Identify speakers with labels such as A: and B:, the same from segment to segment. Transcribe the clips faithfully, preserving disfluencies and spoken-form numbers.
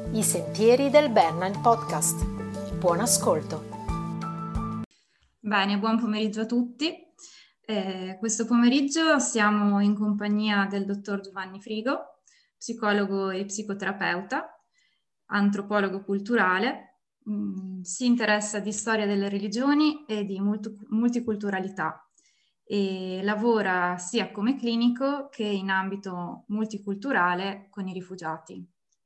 A: I sentieri del Bernheim Podcast. Buon ascolto.
B: Bene, buon pomeriggio a tutti. Eh, questo pomeriggio siamo in compagnia del dottor Giovanni Frigo, psicologo e psicoterapeuta, antropologo culturale, mh, si interessa di storia delle religioni e di multi- multiculturalità e lavora sia come clinico che in ambito multiculturale con i rifugiati.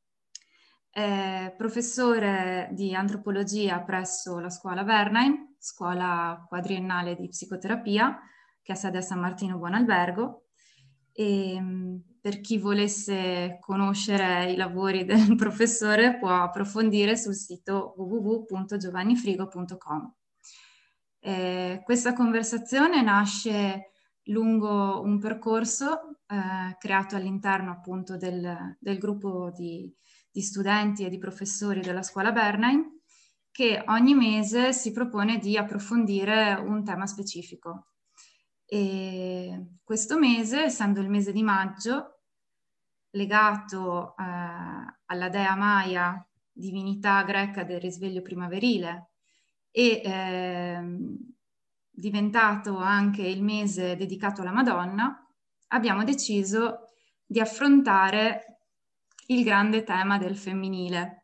B: È professore di antropologia presso la scuola Bernheim, scuola quadriennale di psicoterapia, che ha sede a San Martino Buonalbergo. E per chi volesse conoscere i lavori del professore può approfondire sul sito w w w punto giovannifrigo punto com. Eh, questa conversazione nasce lungo un percorso eh, creato all'interno appunto del, del gruppo di di studenti e di professori della scuola Bernheim, che ogni mese si propone di approfondire un tema specifico. E questo mese, essendo il mese di maggio, legato eh, alla dea Maia, divinità greca del risveglio primaverile, e eh, diventato anche il mese dedicato alla Madonna, abbiamo deciso di affrontare il grande tema del femminile.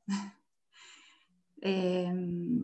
B: E,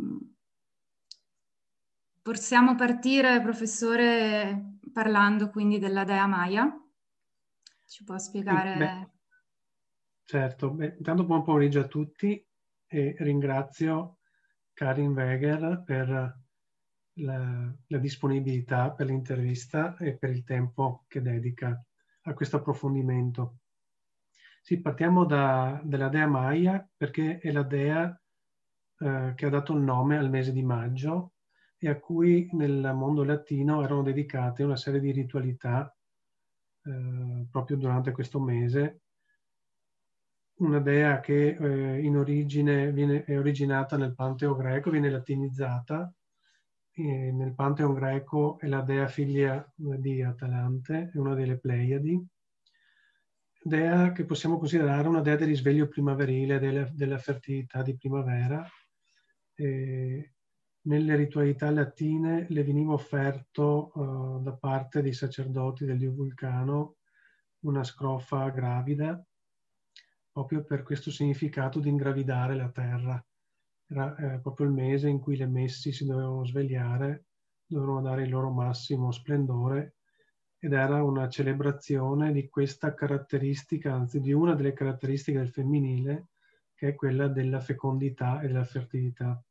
B: possiamo partire, professore, parlando quindi della dea Maia? Ci può spiegare?
C: Sì, beh, certo, beh, intanto buon pomeriggio a tutti e ringrazio Karin Weger per la, la disponibilità per l'intervista e per il tempo che dedica a questo approfondimento. Sì, partiamo da, dalla dea Maia perché è la dea eh, che ha dato il nome al mese di maggio e a cui nel mondo latino erano dedicate una serie di ritualità eh, proprio durante questo mese. Una dea che eh, in origine viene, è originata nel Panteo greco, viene latinizzata. E nel Pantheon greco è la dea figlia di Atalante, è una delle Pleiadi. Dea che possiamo considerare una dea del risveglio primaverile, della, della fertilità di primavera. E nelle ritualità latine le veniva offerto uh, da parte dei sacerdoti del dio Vulcano una scrofa gravida, proprio per questo significato di ingravidare la terra. Era eh, proprio il mese in cui le messi si dovevano svegliare, dovevano dare il loro massimo splendore ed era una celebrazione di questa caratteristica, anzi di una delle caratteristiche del femminile, che è quella della fecondità e della fertilità.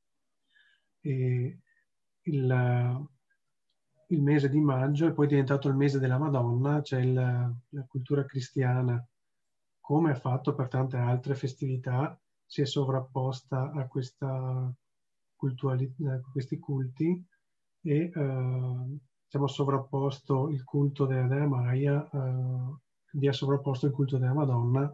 C: E il, il mese di maggio è poi diventato il mese della Madonna, cioè il, la cultura cristiana, come ha fatto per tante altre festività, si è sovrapposta a questa cultualità, a questi culti e eh, diciamo, sovrapposto il culto della dea Maia, eh, vi ha sovrapposto il culto della Madonna,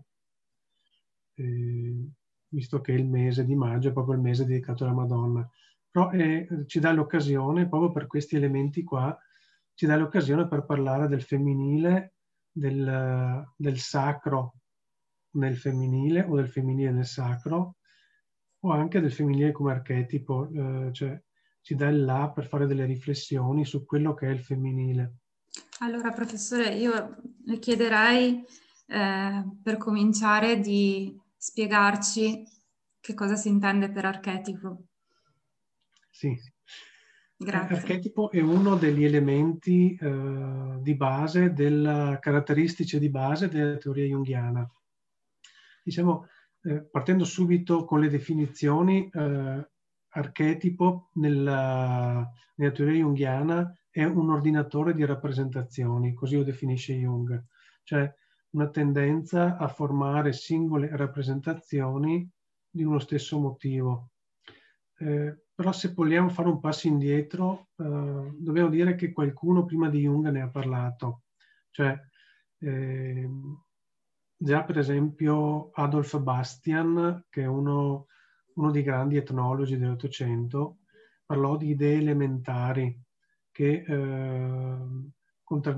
C: eh, visto che il mese di maggio è proprio il mese dedicato alla Madonna. Però eh, ci dà l'occasione, proprio per questi elementi qua, ci dà l'occasione per parlare del femminile, del, del sacro nel femminile o del femminile nel sacro, o anche del femminile come archetipo, eh, cioè ci dà il là per fare delle riflessioni su quello che è il femminile.
B: Allora, professore, io le chiederei eh, per cominciare di spiegarci che cosa si intende per archetipo.
C: Sì.
B: Grazie.
C: Archetipo è uno degli elementi eh, di base, della, caratteristici di base della teoria junghiana. Diciamo, eh, partendo subito con le definizioni, eh, archetipo nella, nella teoria junghiana è un ordinatore di rappresentazioni, così lo definisce Jung, cioè una tendenza a formare singole rappresentazioni di uno stesso motivo. Eh, però se vogliamo fare un passo indietro, eh, dobbiamo dire che qualcuno prima di Jung ne ha parlato. Cioè, eh, già per esempio Adolf Bastian, che è uno, uno dei grandi etnologi dell'Ottocento, parlò di idee elementari che eh,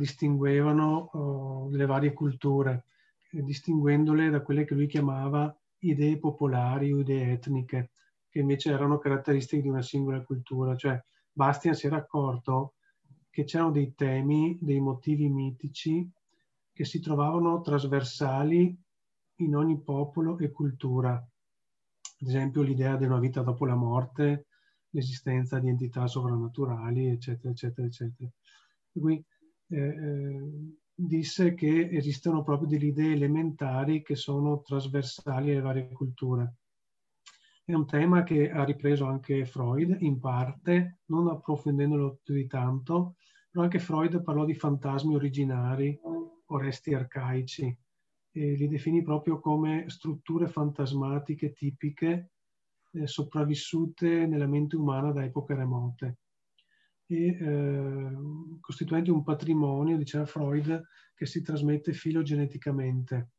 C: contraddistinguevano oh, le varie culture, distinguendole da quelle che lui chiamava idee popolari o idee etniche, che invece erano caratteristiche di una singola cultura. Cioè Bastian si era accorto che c'erano dei temi, dei motivi mitici che si trovavano trasversali in ogni popolo e cultura. Ad esempio l'idea di una vita dopo la morte, l'esistenza di entità sovrannaturali, eccetera, eccetera, eccetera. Per cui eh, eh, disse che esistono proprio delle idee elementari che sono trasversali alle varie culture. È un tema che ha ripreso anche Freud, in parte, non approfondendolo più di tanto, però anche Freud parlò di fantasmi originari o resti arcaici e li definì proprio come strutture fantasmatiche tipiche eh, sopravvissute nella mente umana da epoche remote e eh, costituenti un patrimonio, diceva Freud, che si trasmette filogeneticamente.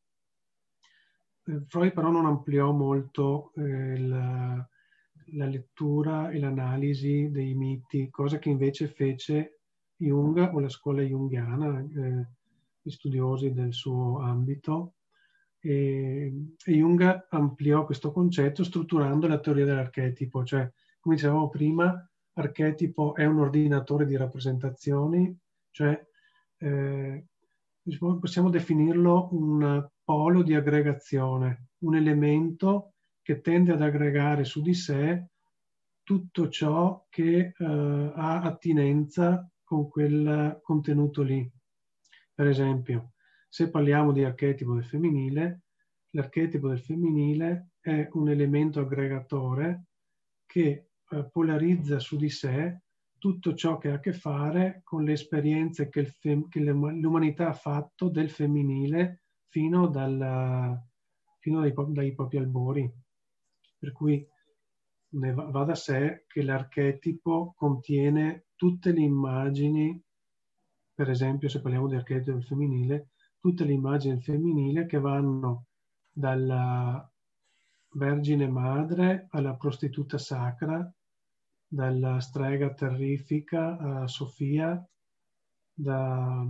C: Eh, Freud però non ampliò molto eh, la, la lettura e l'analisi dei miti, cosa che invece fece Jung o la scuola junghiana, eh, gli studiosi del suo ambito, e, e Jung ampliò questo concetto strutturando la teoria dell'archetipo, cioè, come dicevamo prima, archetipo è un ordinatore di rappresentazioni, cioè eh, possiamo definirlo un polo di aggregazione, un elemento che tende ad aggregare su di sé tutto ciò che eh, ha attinenza con quel contenuto lì. Per esempio, se parliamo di archetipo del femminile, l'archetipo del femminile è un elemento aggregatore che eh, polarizza su di sé tutto ciò che ha a che fare con le esperienze che, il che l'umanità ha fatto del femminile fino, dal, fino dai, dai propri albori. Per cui ne va, va da sé che l'archetipo contiene tutte le immagini, per esempio se parliamo di archetipo del femminile, tutte le immagini del femminile che vanno dalla Vergine Madre alla prostituta sacra, dalla strega terrifica a Sofia, da,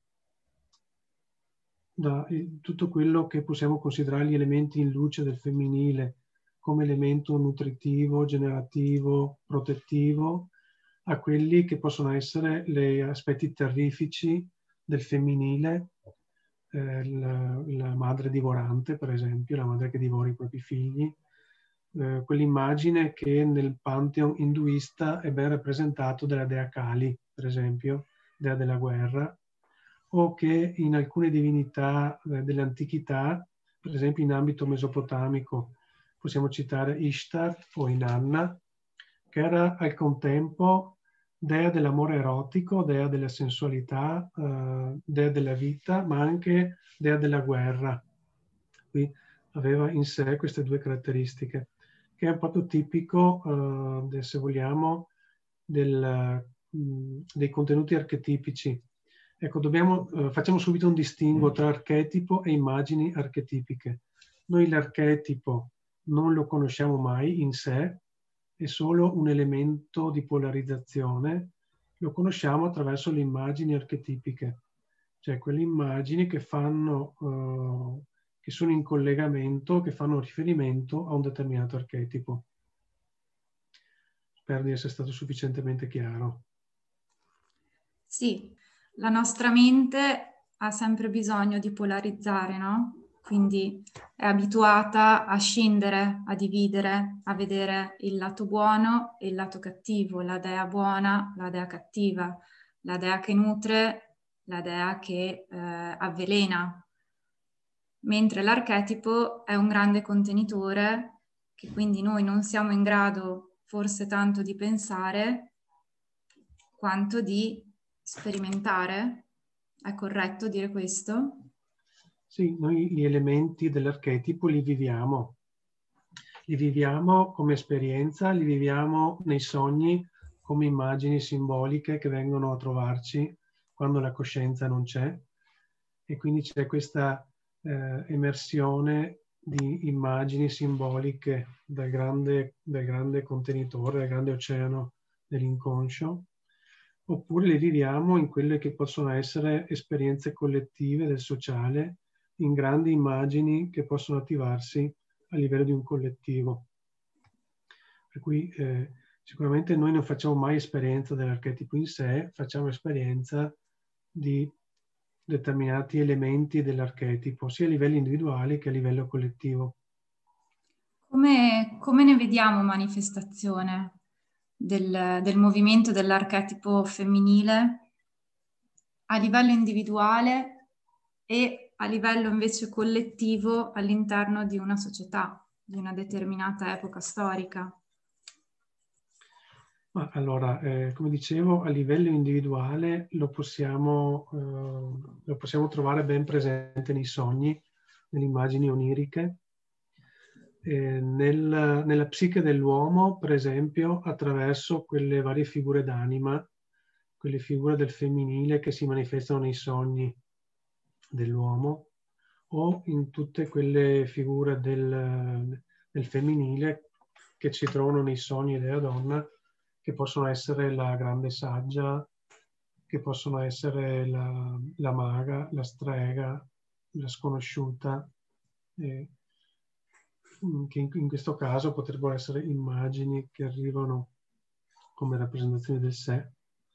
C: da tutto quello che possiamo considerare gli elementi in luce del femminile come elemento nutritivo, generativo, protettivo, a quelli che possono essere gli aspetti terrifici del femminile, eh, la, la madre divorante, per esempio, la madre che divora i propri figli, eh, quell'immagine che nel pantheon induista è ben rappresentato della dea Kali, per esempio, dea della guerra, o che in alcune divinità eh, dell'antichità, per esempio in ambito mesopotamico, possiamo citare Ishtar o Inanna, che era al contempo dea dell'amore erotico, dea della sensualità, eh, dea della vita, ma anche dea della guerra. Qui aveva in sé queste due caratteristiche, che è proprio tipico, eh, de, se vogliamo, del, mh, dei contenuti archetipici. Ecco, dobbiamo, eh, facciamo subito un distinguo tra archetipo e immagini archetipiche. Noi l'archetipo non lo conosciamo mai in sé, è solo un elemento di polarizzazione, lo conosciamo attraverso le immagini archetipiche, cioè quelle immagini che fanno, eh, che sono in collegamento, che fanno riferimento a un determinato archetipo. Spero di essere stato sufficientemente chiaro.
B: Sì, la nostra mente ha sempre bisogno di polarizzare, no? Quindi è abituata a scindere, a dividere, a vedere il lato buono e il lato cattivo, la dea buona, la dea cattiva, la dea che nutre, la dea che eh, avvelena. Mentre l'archetipo è un grande contenitore che quindi noi non siamo in grado forse tanto di pensare quanto di sperimentare. È corretto dire questo?
C: Sì, noi gli elementi dell'archetipo li viviamo. Li viviamo come esperienza, li viviamo nei sogni come immagini simboliche che vengono a trovarci quando la coscienza non c'è. E quindi c'è questa eh, emersione di immagini simboliche dal grande, dal grande contenitore, dal grande oceano dell'inconscio. Oppure le viviamo in quelle che possono essere esperienze collettive del sociale, in grandi immagini che possono attivarsi a livello di un collettivo. Per cui eh, sicuramente noi non facciamo mai esperienza dell'archetipo in sé, facciamo esperienza di determinati elementi dell'archetipo, sia a livello individuali che a livello collettivo.
B: Come, come ne vediamo manifestazione del, del movimento dell'archetipo femminile a livello individuale e a livello invece collettivo all'interno di una società, di una determinata epoca storica?
C: Ma allora, eh, come dicevo, a livello individuale lo possiamo, eh, lo possiamo trovare ben presente nei sogni, nelle immagini oniriche, eh, nel, nella psiche dell'uomo, per esempio, attraverso quelle varie figure d'anima, quelle figure del femminile che si manifestano nei sogni dell'uomo, o in tutte quelle figure del, del femminile che si trovano nei sogni della donna, che possono essere la grande saggia, che possono essere la, la maga, la strega, la sconosciuta, eh, che in, in questo caso potrebbero essere immagini che arrivano come rappresentazione del sé.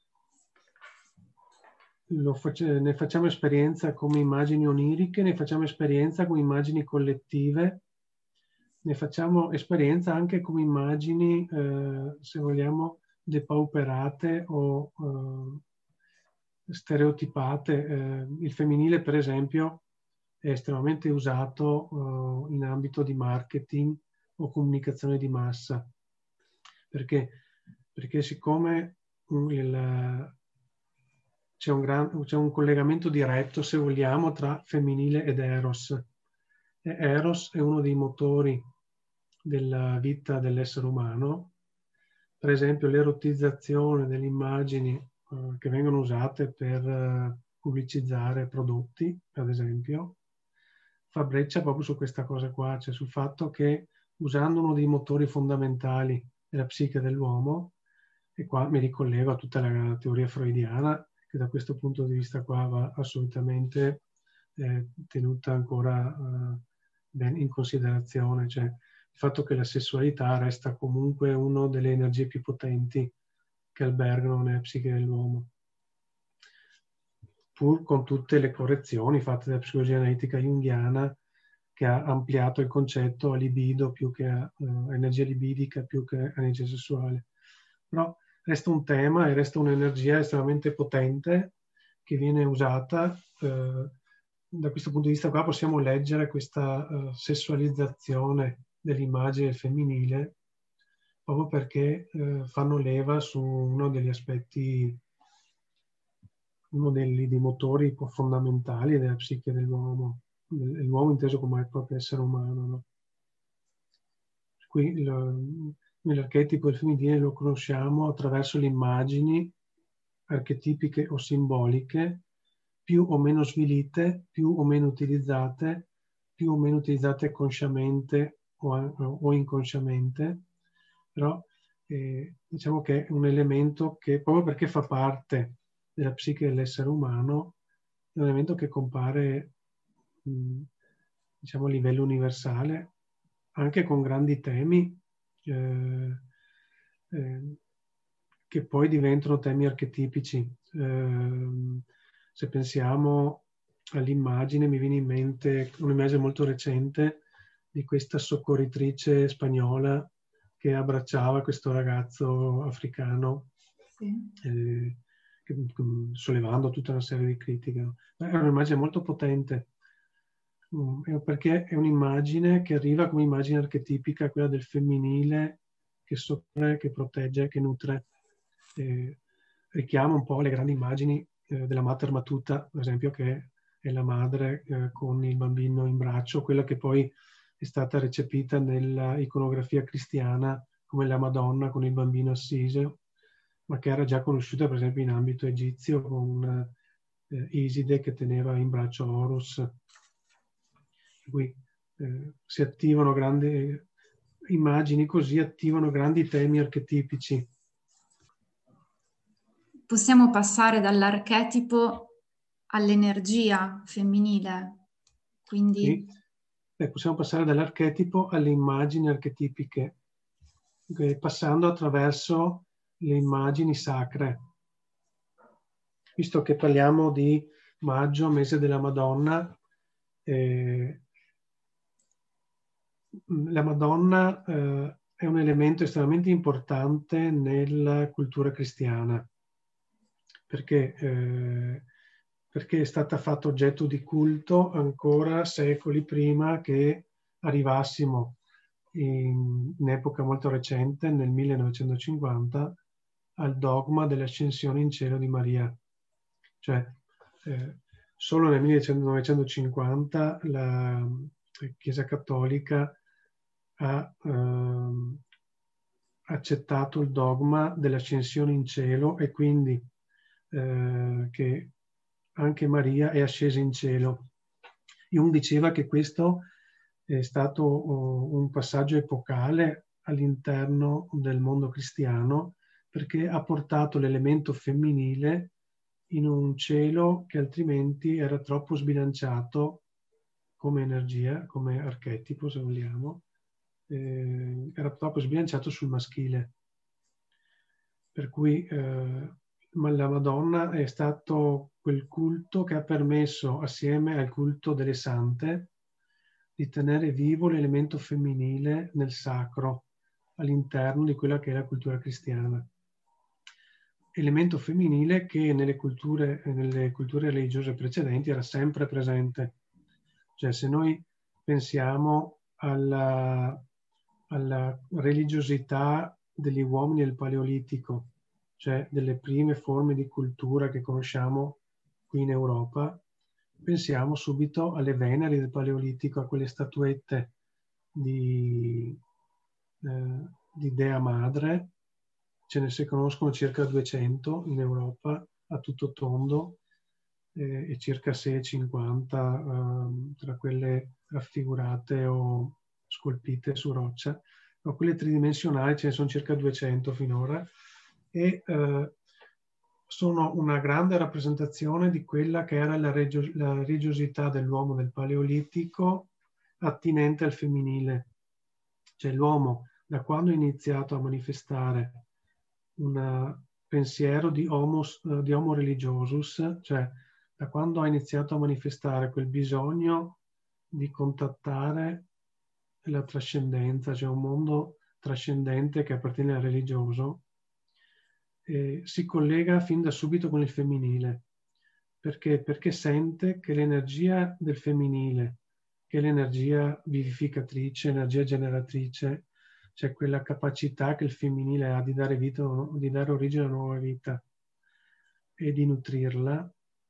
C: Lo face, ne facciamo esperienza come immagini oniriche, ne facciamo esperienza come immagini collettive, ne facciamo esperienza anche come immagini, eh, se vogliamo, depauperate o eh, stereotipate. Eh, il femminile, per esempio, è estremamente usato eh, in ambito di marketing o comunicazione di massa. Perché? Perché siccome il, c'è, un gran, c'è un collegamento diretto, se vogliamo, tra femminile ed Eros. E Eros è uno dei motori della vita dell'essere umano. Per esempio l'erotizzazione delle immagini eh, che vengono usate per eh, pubblicizzare prodotti, ad esempio, fa breccia proprio su questa cosa qua, cioè sul fatto che usando uno dei motori fondamentali della psiche dell'uomo, e qua mi ricollego a tutta la teoria freudiana, che da questo punto di vista qua va assolutamente eh, tenuta ancora eh, ben in considerazione, cioè il fatto che la sessualità resta comunque una delle energie più potenti che albergano nella psiche dell'uomo, pur con tutte le correzioni fatte dalla psicologia analitica junghiana, che ha ampliato il concetto a libido più che a uh, energia libidica più che a energia sessuale. Però resta un tema e resta un'energia estremamente potente che viene usata. Uh, da questo punto di vista qua possiamo leggere questa uh, sessualizzazione dell'immagine femminile proprio perché uh, fanno leva su uno degli aspetti, uno dei, dei motori fondamentali della psiche dell'uomo, l'uomo inteso come proprio essere umano, no? Qui l'archetipo del femminile lo conosciamo attraverso le immagini archetipiche o simboliche, più o meno svilite, più o meno utilizzate, più o meno utilizzate consciamente o, o inconsciamente, però eh, diciamo che è un elemento che, proprio perché fa parte della psiche dell'essere umano, è un elemento che compare mh, diciamo a livello universale, anche con grandi temi eh, eh, che poi diventano temi archetipici. Eh, se pensiamo all'immagine, mi viene in mente un'immagine molto recente di questa soccorritrice spagnola che abbracciava questo ragazzo africano, sì. eh, che, sollevando tutta una serie di critiche. È un'immagine molto potente, perché è un'immagine che arriva come immagine archetipica, quella del femminile che soffre, che protegge, che nutre. Eh, richiama un po' le grandi immagini eh, della Mater Matuta, per esempio, che è la madre eh, con il bambino in braccio, quella che poi è stata recepita nella iconografia cristiana come la Madonna con il bambino assiso, ma che era già conosciuta per esempio in ambito egizio con eh, Iside che teneva in braccio Horus. Qui eh, si attivano grandi eh, immagini così, attivano grandi temi archetipici.
B: Possiamo passare dall'archetipo all'energia femminile, quindi...
C: Sì, Beh, possiamo passare dall'archetipo alle immagini archetipiche, passando attraverso le immagini sacre. Visto che parliamo di maggio, mese della Madonna, eh, la Madonna eh, è un elemento estremamente importante nella cultura cristiana, perché, eh, perché è stata fatta oggetto di culto ancora secoli prima che arrivassimo in, in epoca molto recente, nel millenovecentocinquanta, al dogma dell'ascensione in cielo di Maria. Cioè, eh, solo nel millenovecentocinquanta la Chiesa Cattolica ha ehm, accettato il dogma dell'ascensione in cielo e quindi eh, che anche Maria è ascesa in cielo. Jung diceva che questo è stato oh, un passaggio epocale all'interno del mondo cristiano, perché ha portato l'elemento femminile in un cielo che altrimenti era troppo sbilanciato come energia, come archetipo, se vogliamo, eh, era troppo sbilanciato sul maschile. Per cui eh, la Madonna è stato quel culto che ha permesso, assieme al culto delle sante, di tenere vivo l'elemento femminile nel sacro all'interno di quella che è la cultura cristiana. Elemento femminile che nelle culture, nelle culture religiose precedenti era sempre presente. Cioè, se noi pensiamo alla, alla religiosità degli uomini del Paleolitico, cioè delle prime forme di cultura che conosciamo qui in Europa, pensiamo subito alle Veneri del Paleolitico, a quelle statuette di, eh, di Dea Madre. Ce ne si conoscono circa duecento in Europa, a tutto tondo, eh, e circa sei cinquanta eh, tra quelle raffigurate o scolpite su roccia. Ma quelle tridimensionali ce ne sono circa duecento finora e eh, sono una grande rappresentazione di quella che era la, regio- la religiosità dell'uomo del Paleolitico attinente al femminile. Cioè l'uomo, da quando ha iniziato a manifestare un pensiero di homo, di homo religiosus, cioè da quando ha iniziato a manifestare quel bisogno di contattare la trascendenza, cioè un mondo trascendente che appartiene al religioso, eh, si collega fin da subito con il femminile. Perché? Perché sente che l'energia del femminile, che è l'energia vivificatrice, energia generatrice, cioè quella capacità che il femminile ha di dare vita, di dare origine a una nuova vita e di nutrirla,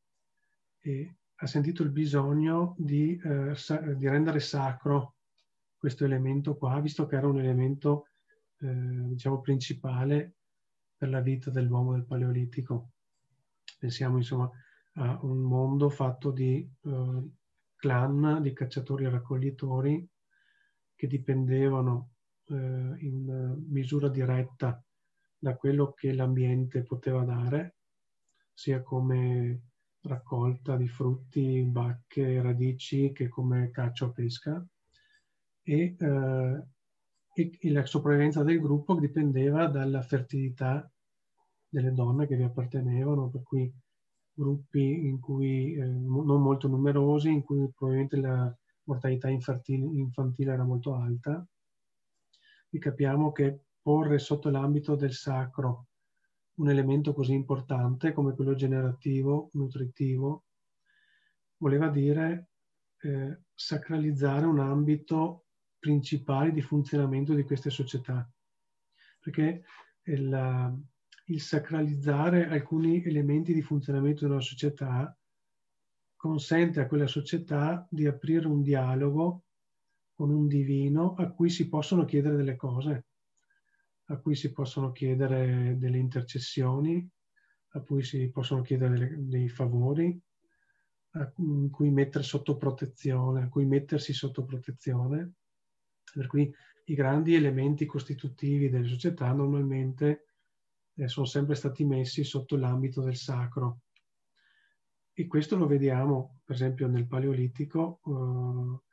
C: e ha sentito il bisogno di, eh, di rendere sacro questo elemento qua, visto che era un elemento, eh, diciamo, principale per la vita dell'uomo del Paleolitico. Pensiamo, insomma, a un mondo fatto di eh, clan, di cacciatori e raccoglitori che dipendevano eh, in misura diretta da quello che l'ambiente poteva dare, sia come raccolta di frutti, bacche, radici, che come caccia o pesca. E, eh, e, e la sopravvivenza del gruppo dipendeva dalla fertilità delle donne che vi appartenevano, per cui gruppi in cui, eh, non molto numerosi, in cui probabilmente la mortalità infantile, infantile era molto alta. E capiamo che porre sotto l'ambito del sacro un elemento così importante come quello generativo, nutritivo, voleva dire eh, sacralizzare un ambito principale di funzionamento di queste società. Perché il, il sacralizzare alcuni elementi di funzionamento di una società consente a quella società di aprire un dialogo con un divino a cui si possono chiedere delle cose, a cui si possono chiedere delle intercessioni, a cui si possono chiedere delle, dei favori, a cui mettere sotto protezione, a cui mettersi sotto protezione. Per cui i grandi elementi costitutivi delle società normalmente eh, sono sempre stati messi sotto l'ambito del sacro. E questo lo vediamo, per esempio, nel Paleolitico, eh,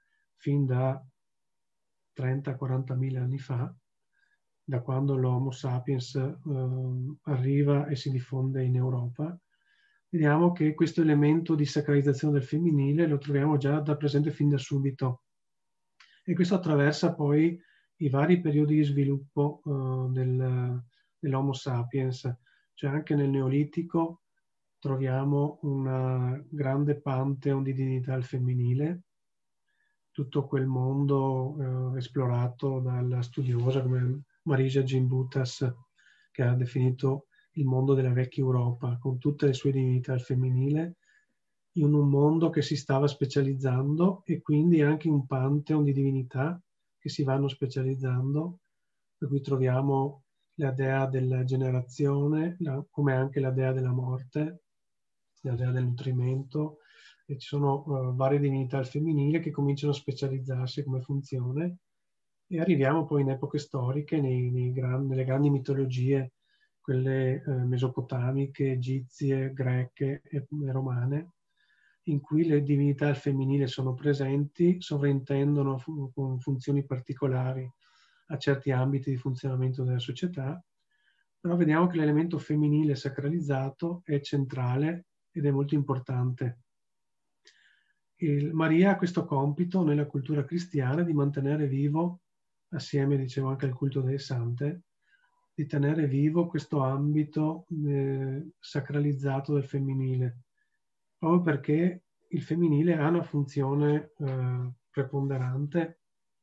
C: fin da trenta quarantamila anni fa, da quando l'Homo sapiens eh, arriva e si diffonde in Europa, vediamo che questo elemento di sacralizzazione del femminile lo troviamo già da presente fin da subito. E questo attraversa poi i vari periodi di sviluppo eh, del, dell'Homo sapiens. Cioè anche nel Neolitico troviamo un grande pantheon di divinità al femminile, tutto quel mondo eh, esplorato dalla studiosa come Marija Gimbutas, che ha definito il mondo della vecchia Europa, con tutte le sue divinità al femminile, in un mondo che si stava specializzando e quindi anche un pantheon di divinità che si vanno specializzando, per cui troviamo la dea della generazione, la, come anche la dea della morte, la dea del nutrimento, e ci sono uh, varie divinità al femminile che cominciano a specializzarsi come funzione, e arriviamo poi in epoche storiche, nei, nei gran, nelle grandi mitologie, quelle eh, mesopotamiche, egizie, greche e, e romane, in cui le divinità al femminile sono presenti, sovrintendono fu- con funzioni particolari a certi ambiti di funzionamento della società, però vediamo che l'elemento femminile sacralizzato è centrale ed è molto importante. Il, Maria ha questo compito nella cultura cristiana di mantenere vivo, assieme, dicevo, anche al culto delle sante, di tenere vivo questo ambito eh, sacralizzato del femminile, proprio perché il femminile ha una funzione eh, preponderante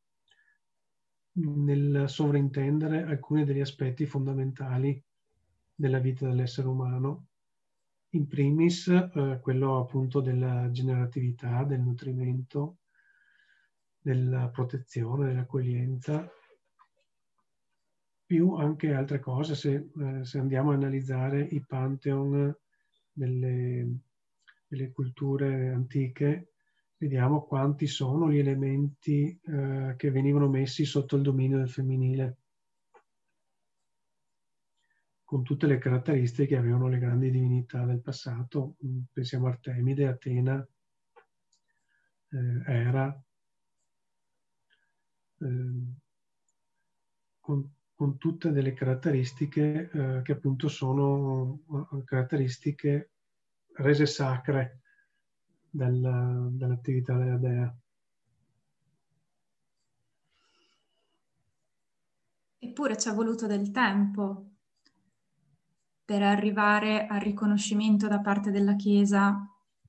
C: nel sovrintendere alcuni degli aspetti fondamentali della vita dell'essere umano, in primis eh, quello appunto della generatività, del nutrimento, della protezione, dell'accoglienza, più anche altre cose. Se, eh, se andiamo a analizzare i pantheon delle, delle culture antiche, vediamo quanti sono gli elementi eh, che venivano messi sotto il dominio del femminile, con tutte le caratteristiche che avevano le grandi divinità del passato. Pensiamo a Artemide, Atena, eh, Era, eh, con, con tutte delle caratteristiche eh, che appunto sono uh, caratteristiche rese sacre dalla, dall'attività della dea.
B: Eppure ci è voluto del tempo per arrivare al riconoscimento da parte della Chiesa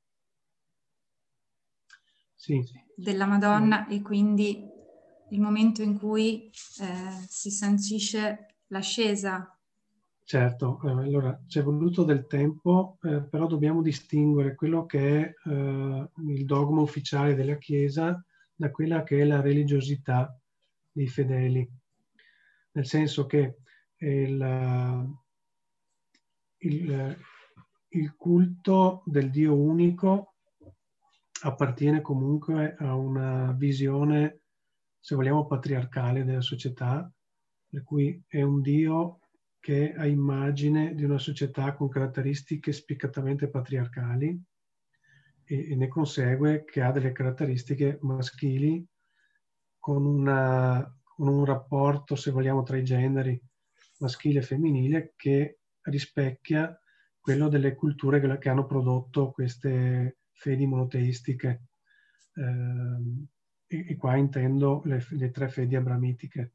C: sì.
B: della Madonna, sì. E quindi il momento in cui eh, si sancisce l'ascesa.
C: Certo, eh, allora ci è voluto del tempo, eh, però dobbiamo distinguere quello che è eh, il dogma ufficiale della Chiesa da quella che è la religiosità dei fedeli. Nel senso che il, il, il culto del Dio unico appartiene comunque a una visione, se vogliamo, patriarcale della società, per cui è un Dio che ha immagine di una società con caratteristiche spiccatamente patriarcali e, e ne consegue che ha delle caratteristiche maschili con, una, con un rapporto, se vogliamo, tra i generi maschile e femminile che rispecchia quello delle culture che, che hanno prodotto queste fedi monoteistiche. Eh, e, e qua intendo le, le tre fedi abramitiche.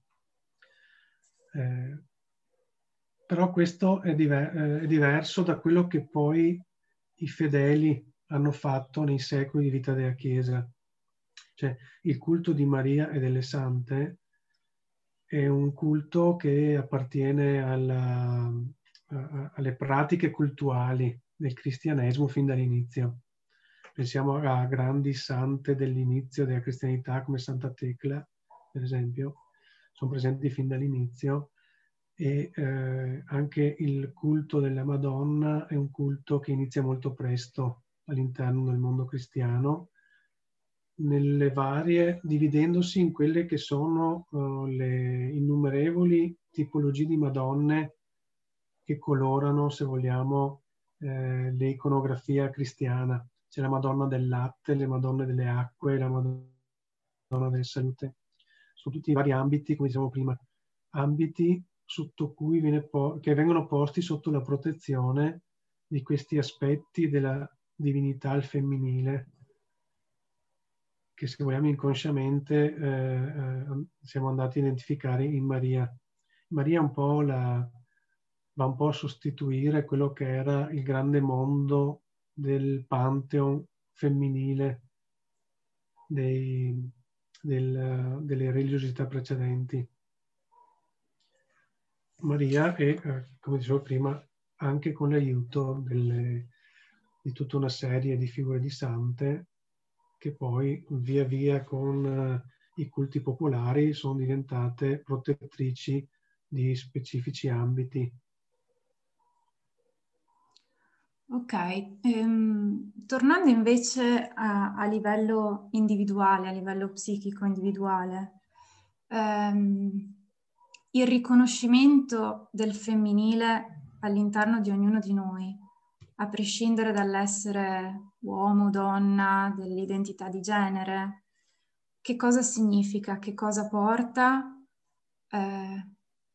C: Eh, però questo è, diver- è diverso da quello che poi i fedeli hanno fatto nei secoli di vita della Chiesa. Cioè, il culto di Maria e delle sante è un culto che appartiene alla, a, alle pratiche cultuali del cristianesimo fin dall'inizio. Pensiamo a grandi sante dell'inizio della cristianità come Santa Tecla, per esempio, sono presenti fin dall'inizio. E eh, anche il culto della Madonna è un culto che inizia molto presto all'interno del mondo cristiano, nelle varie, dividendosi in quelle che sono uh, le innumerevoli tipologie di Madonne che colorano, se vogliamo, eh, l'iconografia cristiana. C'è la Madonna del latte, le Madonne delle acque, la Madonna donna, della salute, su tutti i vari ambiti, come dicevamo prima, ambiti sotto cui viene po- che vengono posti sotto la protezione di questi aspetti della divinità al femminile, che se vogliamo inconsciamente eh, eh, siamo andati a identificare in Maria. Maria un po' la, va un po' a sostituire quello che era il grande mondo del pantheon femminile dei, del, delle religiosità precedenti. Maria e, eh, come dicevo prima, anche con l'aiuto delle, di tutta una serie di figure di sante che poi via via con eh, i culti popolari sono diventate protettrici di specifici ambiti.
B: Ok, ehm, tornando invece a, a livello individuale, a livello psichico individuale, ehm, il riconoscimento del femminile all'interno di ognuno di noi, a prescindere dall'essere uomo, donna, dell'identità di genere, che cosa significa, che cosa porta, eh,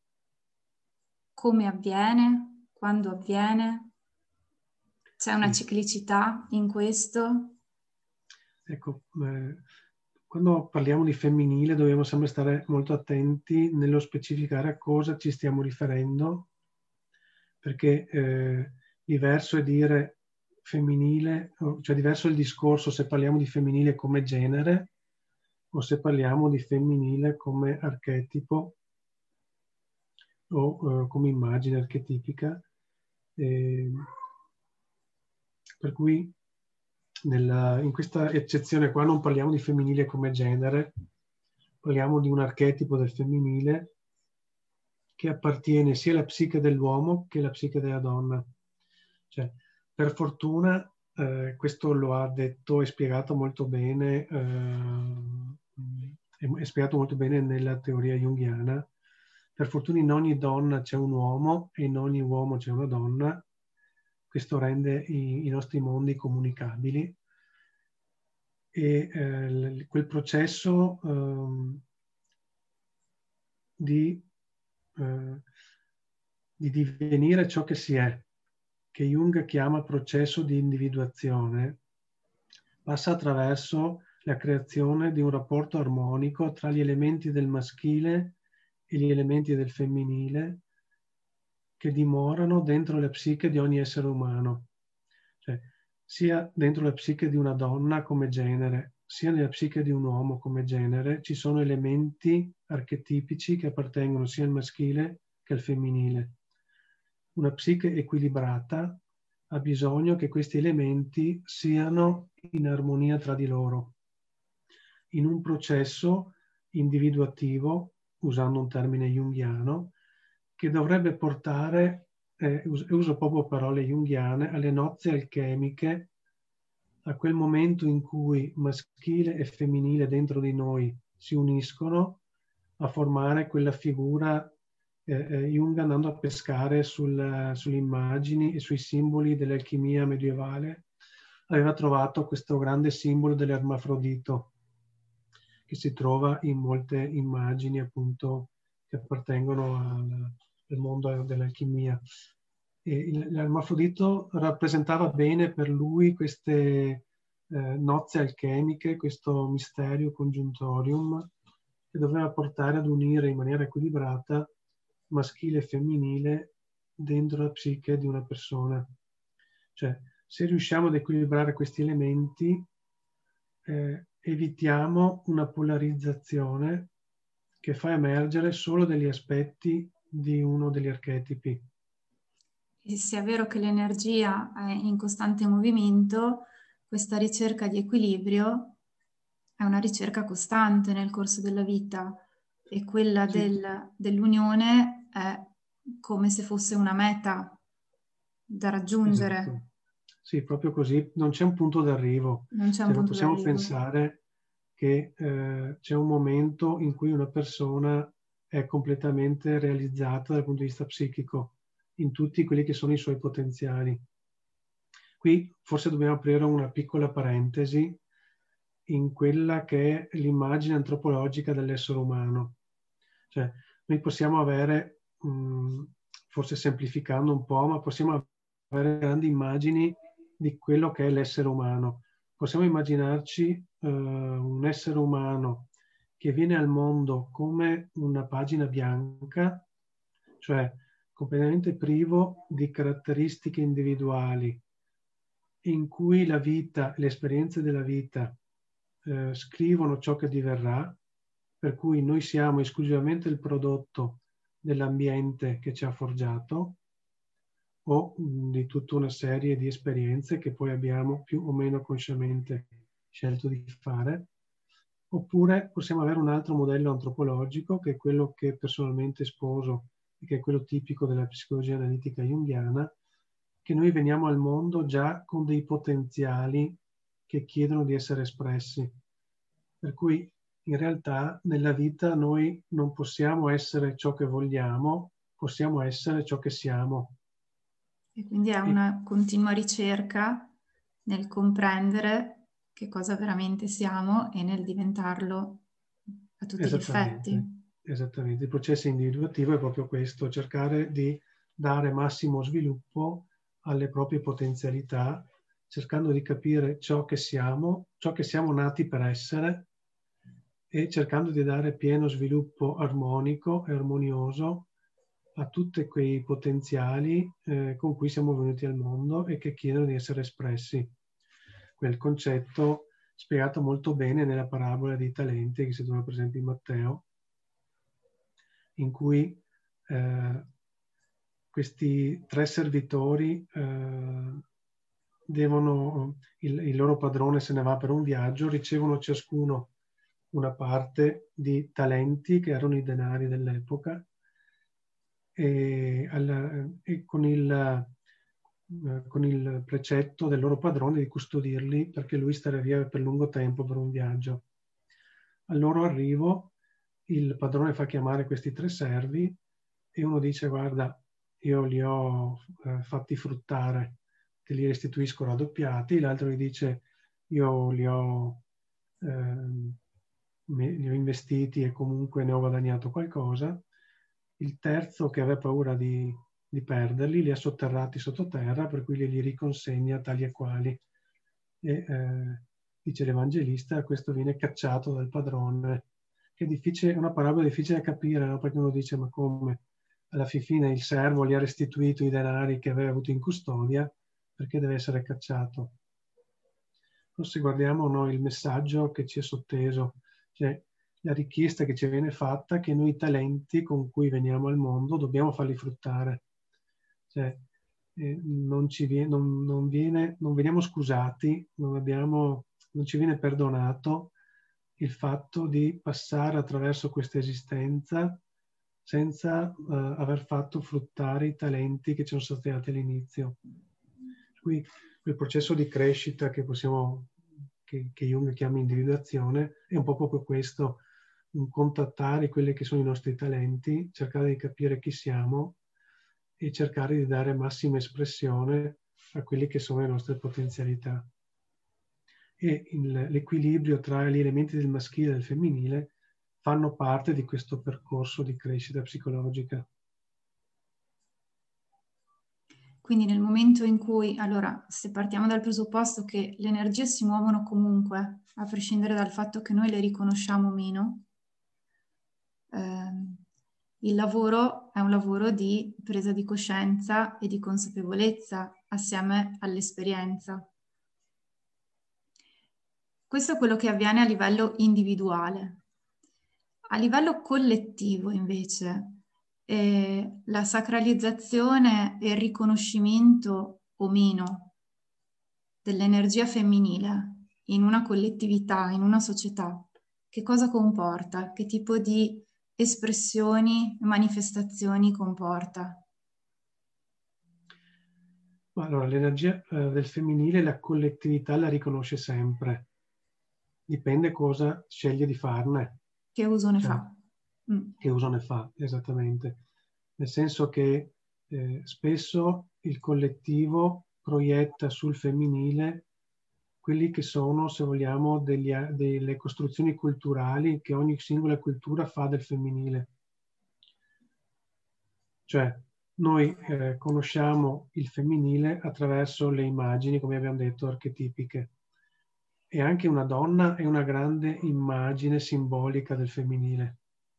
B: come avviene, quando avviene? C'è una
C: Sì.
B: ciclicità in questo?
C: Ecco, eh, quando parliamo di femminile dobbiamo sempre stare molto attenti nello specificare a cosa ci stiamo riferendo, perché eh, diverso è dire femminile, cioè diverso è il discorso se parliamo di femminile come genere o se parliamo di femminile come archetipo o eh, come immagine archetipica. Eh, per cui nella, in questa eccezione qua non parliamo di femminile come genere, parliamo di un archetipo del femminile che appartiene sia alla psiche dell'uomo che alla psiche della donna. Cioè, per fortuna, eh, questo lo ha detto e spiegato molto bene, eh, è spiegato molto bene nella teoria junghiana. Per fortuna in ogni donna c'è un uomo e in ogni uomo c'è una donna. Questo rende i, i nostri mondi comunicabili. E eh, quel processo eh, di, eh, di divenire ciò che si è, che Jung chiama processo di individuazione, passa attraverso la creazione di un rapporto armonico tra gli elementi del maschile e gli elementi del femminile che dimorano dentro la psiche di ogni essere umano, cioè sia dentro la psiche di una donna come genere, sia nella psiche di un uomo come genere, ci sono elementi archetipici che appartengono sia al maschile che al femminile. Una psiche equilibrata ha bisogno che questi elementi siano in armonia tra di loro, in un processo individuativo, usando un termine junghiano, che dovrebbe portare, eh, uso proprio parole junghiane, alle nozze alchemiche, a quel momento in cui maschile e femminile dentro di noi si uniscono a formare quella figura, eh, eh, Jung andando a pescare sul, sulle immagini e sui simboli dell'alchimia medievale, aveva trovato questo grande simbolo dell'ermafrodito, che si trova in molte immagini appunto che appartengono al, al mondo dell'alchimia. L'ermafrodito rappresentava bene per lui queste eh, nozze alchemiche, questo misterio congiuntorium che doveva portare ad unire in maniera equilibrata maschile e femminile dentro la psiche di una persona. Cioè, se riusciamo ad equilibrare questi elementi, eh, evitiamo una polarizzazione che fa emergere solo degli aspetti di uno degli archetipi.
B: E se è vero che l'energia è in costante movimento, questa ricerca di equilibrio è una ricerca costante nel corso della vita e quella
C: Sì.
B: del, dell'unione è come se fosse una meta da raggiungere.
C: Esatto. Sì, proprio così. Non c'è un punto d'arrivo.
B: Non c'è un
C: Cioè, non
B: punto
C: possiamo
B: d'arrivo.
C: pensare che eh, c'è un momento in cui una persona è completamente realizzata dal punto di vista psichico in tutti quelli che sono i suoi potenziali. Qui forse dobbiamo aprire una piccola parentesi in quella che è l'immagine antropologica dell'essere umano. Cioè, noi possiamo avere, mh, forse semplificando un po', ma possiamo avere grandi immagini di quello che è l'essere umano. Possiamo immaginarci uh, un essere umano che viene al mondo come una pagina bianca, cioè completamente privo di caratteristiche individuali, in cui la vita, le esperienze della vita eh, scrivono ciò che diverrà, per cui noi siamo esclusivamente il prodotto dell'ambiente che ci ha forgiato o mh, di tutta una serie di esperienze che poi abbiamo più o meno consciamente scelto di fare. Oppure possiamo avere un altro modello antropologico, che è quello che personalmente sposo, che è quello tipico della psicologia analitica junghiana, che noi veniamo al mondo già con dei potenziali che chiedono di essere espressi. Per cui in realtà nella vita noi non possiamo essere ciò che vogliamo, possiamo essere ciò che siamo.
B: E quindi è una continua ricerca nel comprendere che cosa veramente siamo e nel diventarlo a tutti gli effetti.
C: Esattamente, il processo individuativo è proprio questo, cercare di dare massimo sviluppo alle proprie potenzialità, cercando di capire ciò che siamo, ciò che siamo nati per essere, e cercando di dare pieno sviluppo armonico e armonioso a tutti quei potenziali eh, con cui siamo venuti al mondo e che chiedono di essere espressi. Quel concetto spiegato molto bene nella parabola dei talenti che si trova per esempio in Matteo, in cui eh, questi tre servitori eh, devono, il, il loro padrone se ne va per un viaggio, ricevono ciascuno una parte di talenti che erano i denari dell'epoca e, alla, e con, il, eh, con il precetto del loro padrone di custodirli perché lui starà via per lungo tempo per un viaggio. Al loro arrivo il padrone fa chiamare questi tre servi e uno dice: guarda, io li ho eh, fatti fruttare, te li restituisco raddoppiati. L'altro gli dice: io li ho, eh, li ho investiti e comunque ne ho guadagnato qualcosa. Il terzo, che aveva paura di, di perderli, li ha sotterrati sottoterra, per cui li riconsegna tali e quali. E eh, dice l'Evangelista, questo viene cacciato dal padrone. Che è, difficile, è una parabola difficile da capire, no? Perché uno dice: ma come? Alla fin fine il servo gli ha restituito i denari che aveva avuto in custodia, perché deve essere cacciato? Però se guardiamo noi il messaggio che ci è sotteso, cioè la richiesta che ci viene fatta, che noi i talenti con cui veniamo al mondo dobbiamo farli fruttare. Cioè, eh, non, ci viene, non, non, viene, non veniamo scusati, non, abbiamo, non ci viene perdonato il fatto di passare attraverso questa esistenza senza uh, aver fatto fruttare i talenti che ci sono stati dati all'inizio. Qui quel processo di crescita che possiamo, che, che Jung chiama individuazione, è un po' proprio questo, un contattare quelli che sono i nostri talenti, cercare di capire chi siamo e cercare di dare massima espressione a quelli che sono le nostre potenzialità. E il, l'equilibrio tra gli elementi del maschile e del femminile fanno parte di questo percorso di crescita psicologica.
B: Quindi nel momento in cui, allora, se partiamo dal presupposto che le energie si muovono comunque, a prescindere dal fatto che noi le riconosciamo o meno, ehm, il lavoro è un lavoro di presa di coscienza e di consapevolezza assieme all'esperienza. Questo è quello che avviene a livello individuale. A livello collettivo, invece, eh, la sacralizzazione e il riconoscimento o meno dell'energia femminile in una collettività, in una società, che cosa comporta? Che tipo di espressioni, manifestazioni comporta?
C: Allora, l'energia eh, del femminile la collettività la riconosce sempre. Dipende cosa sceglie di farne.
B: Che uso ne
C: cioè,
B: fa? Mm.
C: Che uso ne fa, esattamente. Nel senso che eh, spesso il collettivo proietta sul femminile quelli che sono, se vogliamo, degli, delle costruzioni culturali che ogni singola cultura fa del femminile. Cioè, noi eh, conosciamo il femminile attraverso le immagini, come abbiamo detto, archetipiche. E anche una donna è una grande immagine simbolica del femminile.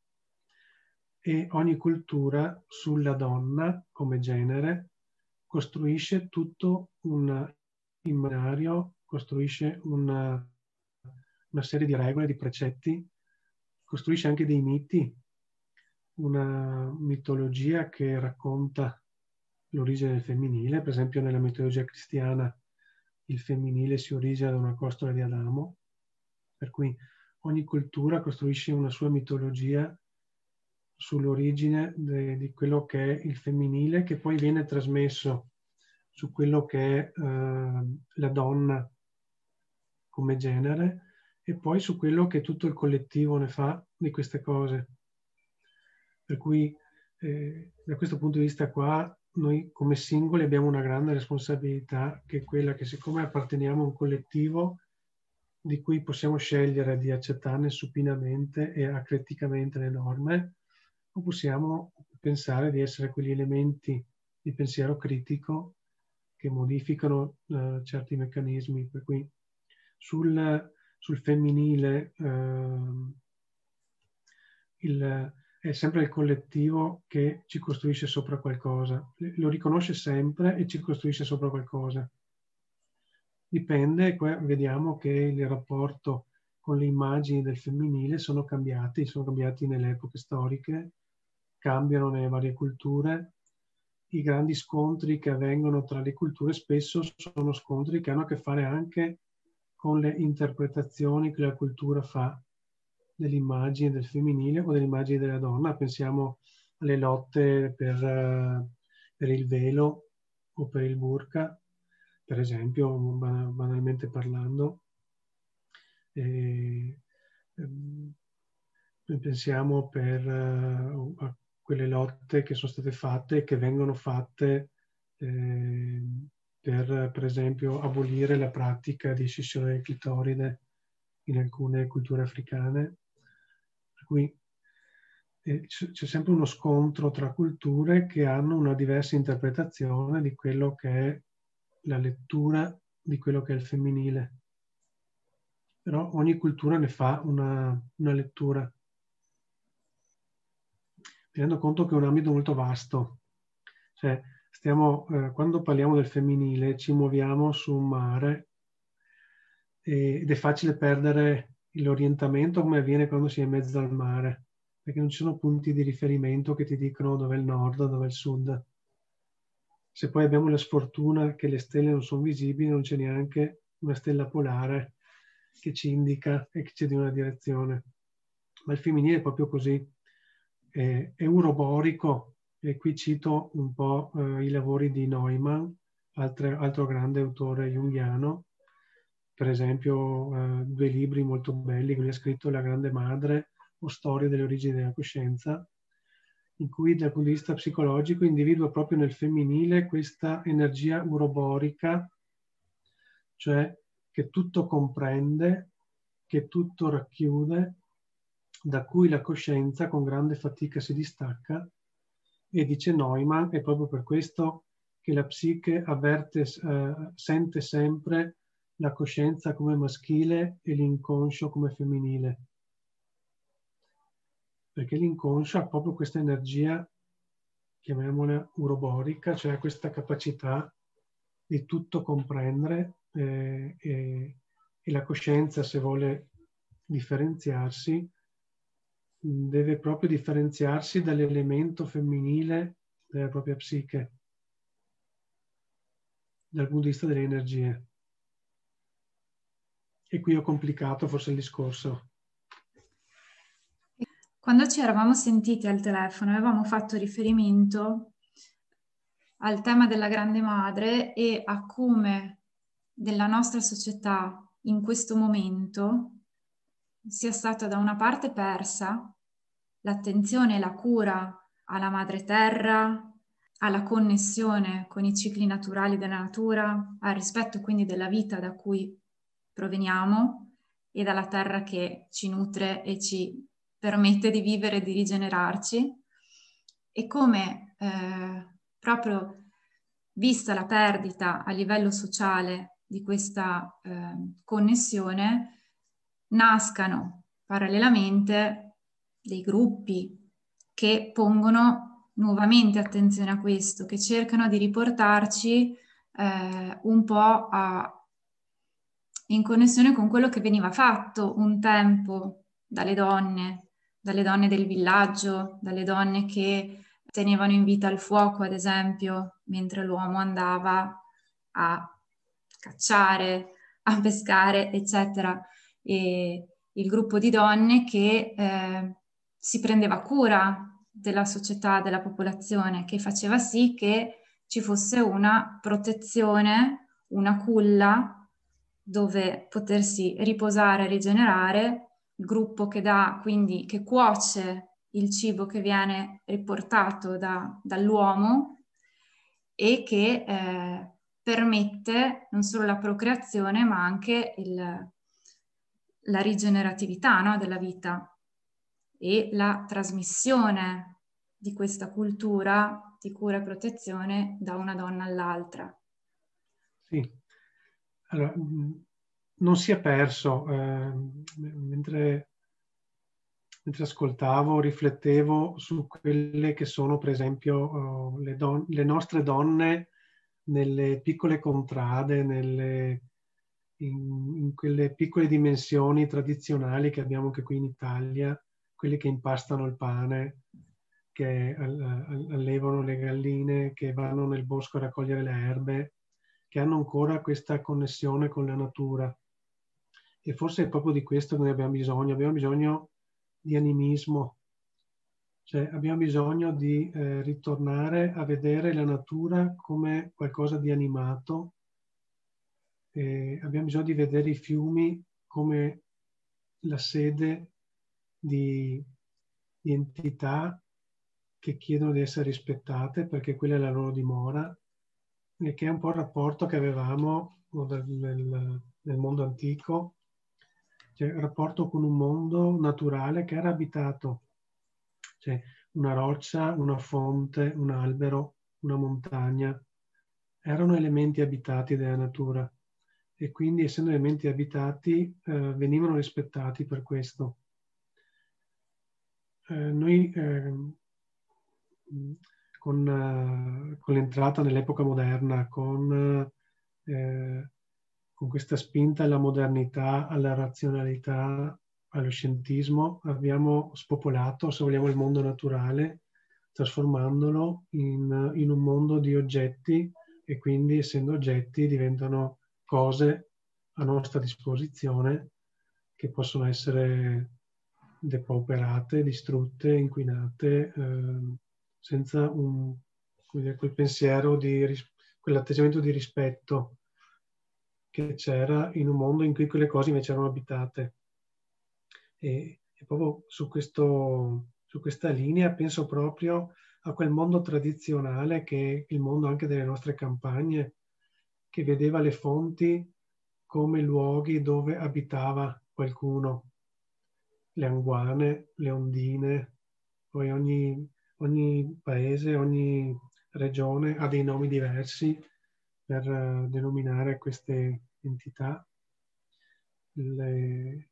C: E ogni cultura sulla donna, come genere, costruisce tutto un immaginario, costruisce una, una serie di regole, di precetti, costruisce anche dei miti, una mitologia che racconta l'origine del femminile. Per esempio nella mitologia cristiana il femminile si origina da una costola di Adamo, per cui ogni cultura costruisce una sua mitologia sull'origine de, di quello che è il femminile, che poi viene trasmesso su quello che è eh, la donna come genere, e poi su quello che tutto il collettivo ne fa di queste cose. Per cui eh, da questo punto di vista qua noi come singoli abbiamo una grande responsabilità, che è quella che, siccome apparteniamo a un collettivo di cui possiamo scegliere di accettarne supinamente e acriticamente le norme, o possiamo pensare di essere quegli elementi di pensiero critico che modificano eh, certi meccanismi. Per cui sul, sul femminile eh, il, è sempre il collettivo che ci costruisce sopra qualcosa, lo riconosce sempre e ci costruisce sopra qualcosa. Dipende, qua vediamo che il rapporto con le immagini del femminile sono cambiati, sono cambiati nelle epoche storiche, cambiano nelle varie culture. I grandi scontri che avvengono tra le culture spesso sono scontri che hanno a che fare anche con le interpretazioni che la cultura fa dell'immagine del femminile o dell'immagine della donna. Pensiamo alle lotte per, uh, per il velo o per il burqa, per esempio, banalmente parlando. E, um, pensiamo per uh, a quelle lotte che sono state fatte e che vengono fatte eh, per, per esempio, abolire la pratica di scissione del clitoride in alcune culture africane. Per cui eh, c'è sempre uno scontro tra culture che hanno una diversa interpretazione di quello che è la lettura di quello che è il femminile. Però ogni cultura ne fa una, una lettura. Mi rendo conto che è un ambito molto vasto. Cioè, stiamo, eh, quando parliamo del femminile ci muoviamo su un mare e, ed è facile perdere l'orientamento come avviene quando si è in mezzo al mare, perché non ci sono punti di riferimento che ti dicono dove è il nord, dove è il sud. Se poi abbiamo la sfortuna che le stelle non sono visibili, non c'è neanche una stella polare che ci indica e che ci dia una direzione. Ma il femminile è proprio così. È euroborico, e qui cito un po' eh, i lavori di Neumann, altre, altro grande autore junghiano, per esempio eh, due libri molto belli che lui ha scritto, La Grande Madre o Storia delle origini della coscienza, in cui dal punto di vista psicologico individua proprio nel femminile questa energia uroborica, cioè che tutto comprende, che tutto racchiude, da cui la coscienza con grande fatica si distacca. E dice Neumann, è proprio per questo che la psiche avverte, eh, sente sempre la coscienza come maschile e l'inconscio come femminile. Perché l'inconscio ha proprio questa energia, chiamiamola uroborica, cioè questa capacità di tutto comprendere eh, e, e la coscienza, se vuole differenziarsi, deve proprio differenziarsi dall'elemento femminile della propria psiche, dal punto di vista delle energie. E qui ho complicato forse il discorso.
B: Quando ci eravamo sentiti al telefono avevamo fatto riferimento al tema della Grande Madre e a come della nostra società in questo momento sia stata da una parte persa l'attenzione e la cura alla madre terra, alla connessione con i cicli naturali della natura, al rispetto quindi della vita da cui proveniamo e dalla terra che ci nutre e ci permette di vivere e di rigenerarci, e come eh, proprio vista la perdita a livello sociale di questa eh, connessione, nascano parallelamente dei gruppi che pongono nuovamente attenzione a questo, che cercano di riportarci eh, un po' a, in connessione con quello che veniva fatto un tempo dalle donne, dalle donne del villaggio, dalle donne che tenevano in vita il fuoco, ad esempio, mentre l'uomo andava a cacciare, a pescare, eccetera. E il gruppo di donne che eh, si prendeva cura della società, della popolazione, che faceva sì che ci fosse una protezione, una culla dove potersi riposare, rigenerare, il gruppo che dà, quindi che cuoce il cibo che viene riportato da, dall'uomo e che eh, permette non solo la procreazione ma anche il, la rigeneratività, no, della vita e la trasmissione di questa cultura di cura e protezione da una donna all'altra.
C: Sì, allora, non si è perso, eh, mentre, mentre ascoltavo, riflettevo su quelle che sono, per esempio, oh, le, don- le nostre donne nelle piccole contrade, nelle, in, in quelle piccole dimensioni tradizionali che abbiamo anche qui in Italia, quelle che impastano il pane, che allevano le galline, che vanno nel bosco a raccogliere le erbe, che hanno ancora questa connessione con la natura. E forse è proprio di questo che noi abbiamo bisogno. Abbiamo bisogno di animismo. Cioè abbiamo bisogno di eh, ritornare a vedere la natura come qualcosa di animato. E abbiamo bisogno di vedere i fiumi come la sede di, di entità che chiedono di essere rispettate perché quella è la loro dimora, e che è un po' il rapporto che avevamo nel, nel mondo antico, cioè il rapporto con un mondo naturale che era abitato, cioè una roccia, una fonte, un albero, una montagna, erano elementi abitati della natura e quindi essendo elementi abitati eh, venivano rispettati per questo. Eh, noi eh, con, uh, con l'entrata nell'epoca moderna, con, eh, con questa spinta alla modernità, alla razionalità, allo scientismo, abbiamo spopolato, se vogliamo, il mondo naturale, trasformandolo in, in un mondo di oggetti e quindi, essendo oggetti, diventano cose a nostra disposizione che possono essere depauperate, distrutte, inquinate, eh, senza un, dire, quel pensiero, di, quell'atteggiamento di rispetto che c'era in un mondo in cui quelle cose invece erano abitate. E, e proprio su, questo, su questa linea penso proprio a quel mondo tradizionale che è il mondo anche delle nostre campagne, che vedeva le fonti come luoghi dove abitava qualcuno, le anguane, le ondine, poi ogni, ogni paese, ogni regione ha dei nomi diversi per uh, denominare queste entità. Le,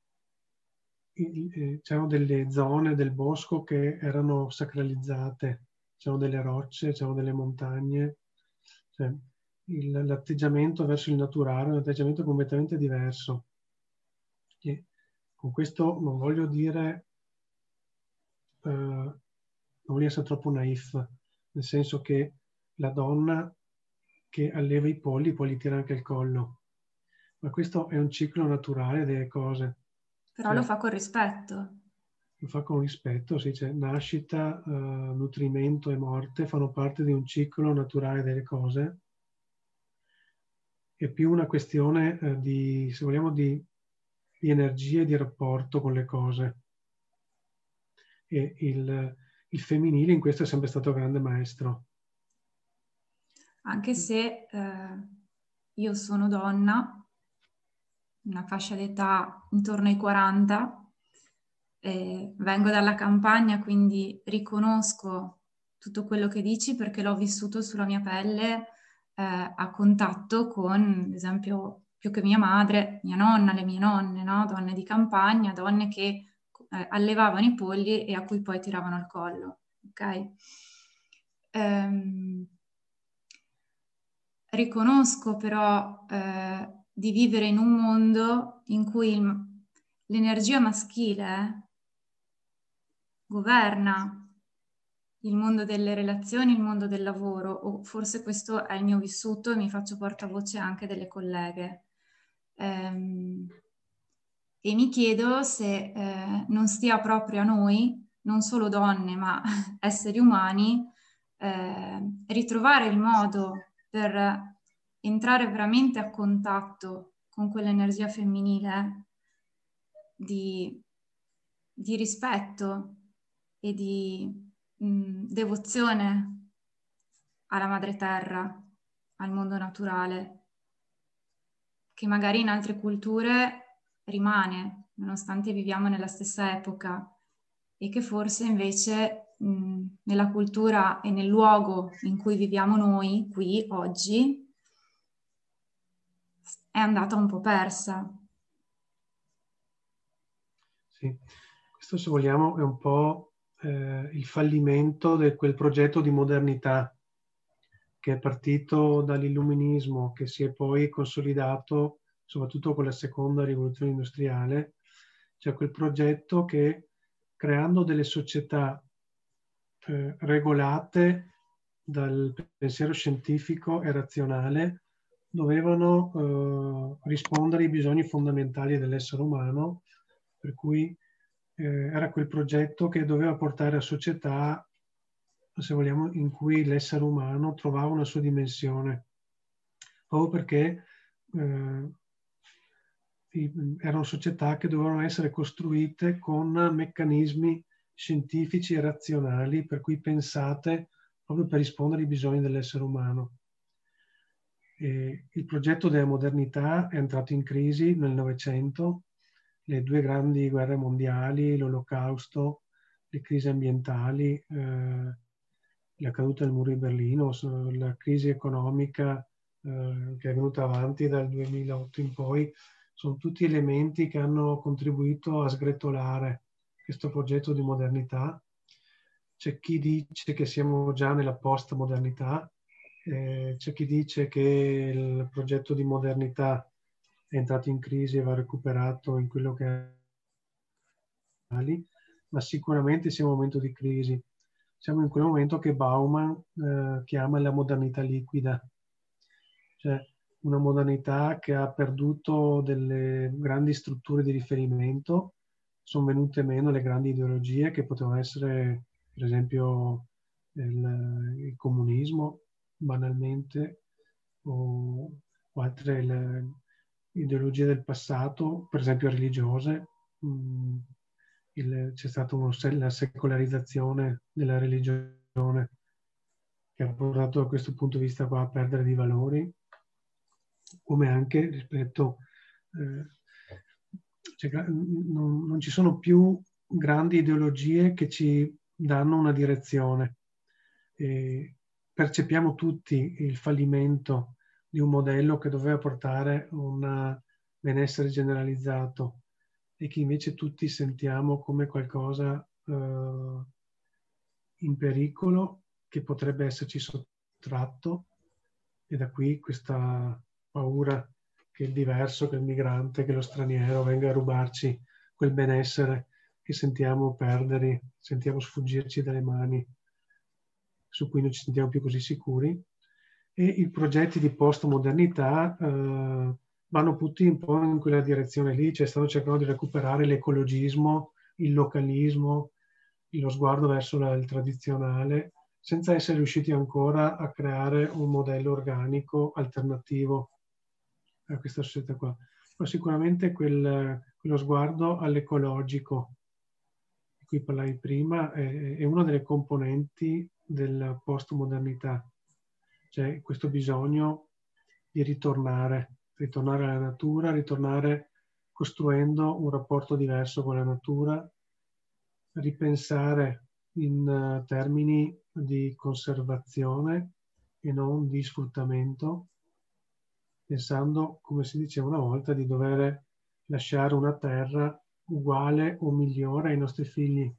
C: c'erano delle zone del bosco che erano sacralizzate, c'erano delle rocce, c'erano delle montagne, cioè, il, l'atteggiamento verso il naturale è un atteggiamento completamente diverso. E con questo non voglio dire, uh, non voglio essere troppo naif, nel senso che la donna che alleva i polli poi li tira anche il collo, ma questo è un ciclo naturale delle cose.
B: Però
C: cioè,
B: lo fa con rispetto.
C: Lo fa con rispetto, sì, cioè nascita, uh, nutrimento e morte fanno parte di un ciclo naturale delle cose. È più una questione uh, di, se vogliamo, di, di energia e di rapporto con le cose. E il, il femminile in questo è sempre stato grande maestro.
B: Anche se eh, io sono donna una fascia d'età intorno ai quaranta, eh, vengo dalla campagna, quindi riconosco tutto quello che dici perché l'ho vissuto sulla mia pelle eh, a contatto con, ad esempio, più che mia madre, mia nonna, le mie nonne, no? Donne di campagna, donne che eh, allevavano i polli e a cui poi tiravano il collo, ok? Ehm, riconosco però eh, di vivere in un mondo in cui il, l'energia maschile governa il mondo delle relazioni, il mondo del lavoro, o forse questo è il mio vissuto e mi faccio portavoce anche delle colleghe. Ehm, e mi chiedo se eh, non stia proprio a noi, non solo donne, ma esseri umani, eh, ritrovare il modo per entrare veramente a contatto con quell'energia femminile di, di rispetto e di mh, devozione alla madre terra, al mondo naturale, che magari in altre culture rimane, nonostante viviamo nella stessa epoca, e che forse invece mh, nella cultura e nel luogo in cui viviamo noi, qui, oggi, è andata un po' persa.
C: Sì, questo se vogliamo è un po' eh, il fallimento di quel progetto di modernità che è partito dall'illuminismo, che si è poi consolidato soprattutto con la seconda rivoluzione industriale, cioè quel progetto che creando delle società eh, regolate dal pensiero scientifico e razionale dovevano eh, rispondere ai bisogni fondamentali dell'essere umano, per cui eh, era quel progetto che doveva portare a società, se vogliamo, in cui l'essere umano trovava una sua dimensione, proprio perché eh, erano società che dovevano essere costruite con meccanismi scientifici e razionali, per cui pensate proprio per rispondere ai bisogni dell'essere umano. E il progetto della modernità è entrato in crisi nel Novecento, le due grandi guerre mondiali, l'Olocausto, le crisi ambientali, eh, la caduta del muro di Berlino, la crisi economica eh, che è venuta avanti dal duemilaotto in poi, sono tutti elementi che hanno contribuito a sgretolare questo progetto di modernità. C'è chi dice che siamo già nella post-modernità, eh, c'è chi dice che il progetto di modernità è entrato in crisi e va recuperato in quello che è, ma sicuramente siamo in un momento di crisi. Siamo in quel momento che Bauman eh, chiama la modernità liquida, cioè una modernità che ha perduto delle grandi strutture di riferimento, sono venute meno le grandi ideologie che potevano essere, per esempio, il, il comunismo, banalmente, o, o altre le, ideologie del passato, per esempio religiose. Mm, il, c'è stata uno, la secolarizzazione della religione che ha portato da questo punto di vista qua a perdere di valori, come anche rispetto eh, cioè, non, non ci sono più grandi ideologie che ci danno una direzione. E percepiamo tutti il fallimento di un modello che doveva portare un benessere generalizzato e che invece tutti sentiamo come qualcosa eh, in pericolo che potrebbe esserci sottratto, e da qui questa paura che il diverso, che il migrante, che lo straniero venga a rubarci quel benessere che sentiamo perdere, sentiamo sfuggirci dalle mani, su cui non ci sentiamo più così sicuri. E i progetti di postmodernità eh, vanno tutti un po' in quella direzione lì, cioè stanno cercando di recuperare l'ecologismo, il localismo, lo sguardo verso la, il tradizionale, senza essere riusciti ancora a creare un modello organico alternativo a questa società qua. Ma sicuramente quel, quello sguardo all'ecologico, di cui parlavi prima, è, è una delle componenti della postmodernità. C'è questo bisogno di ritornare, ritornare alla natura, ritornare costruendo un rapporto diverso con la natura, ripensare in uh, termini di conservazione e non di sfruttamento, pensando, come si diceva una volta, di dover lasciare una terra uguale o migliore ai nostri figli.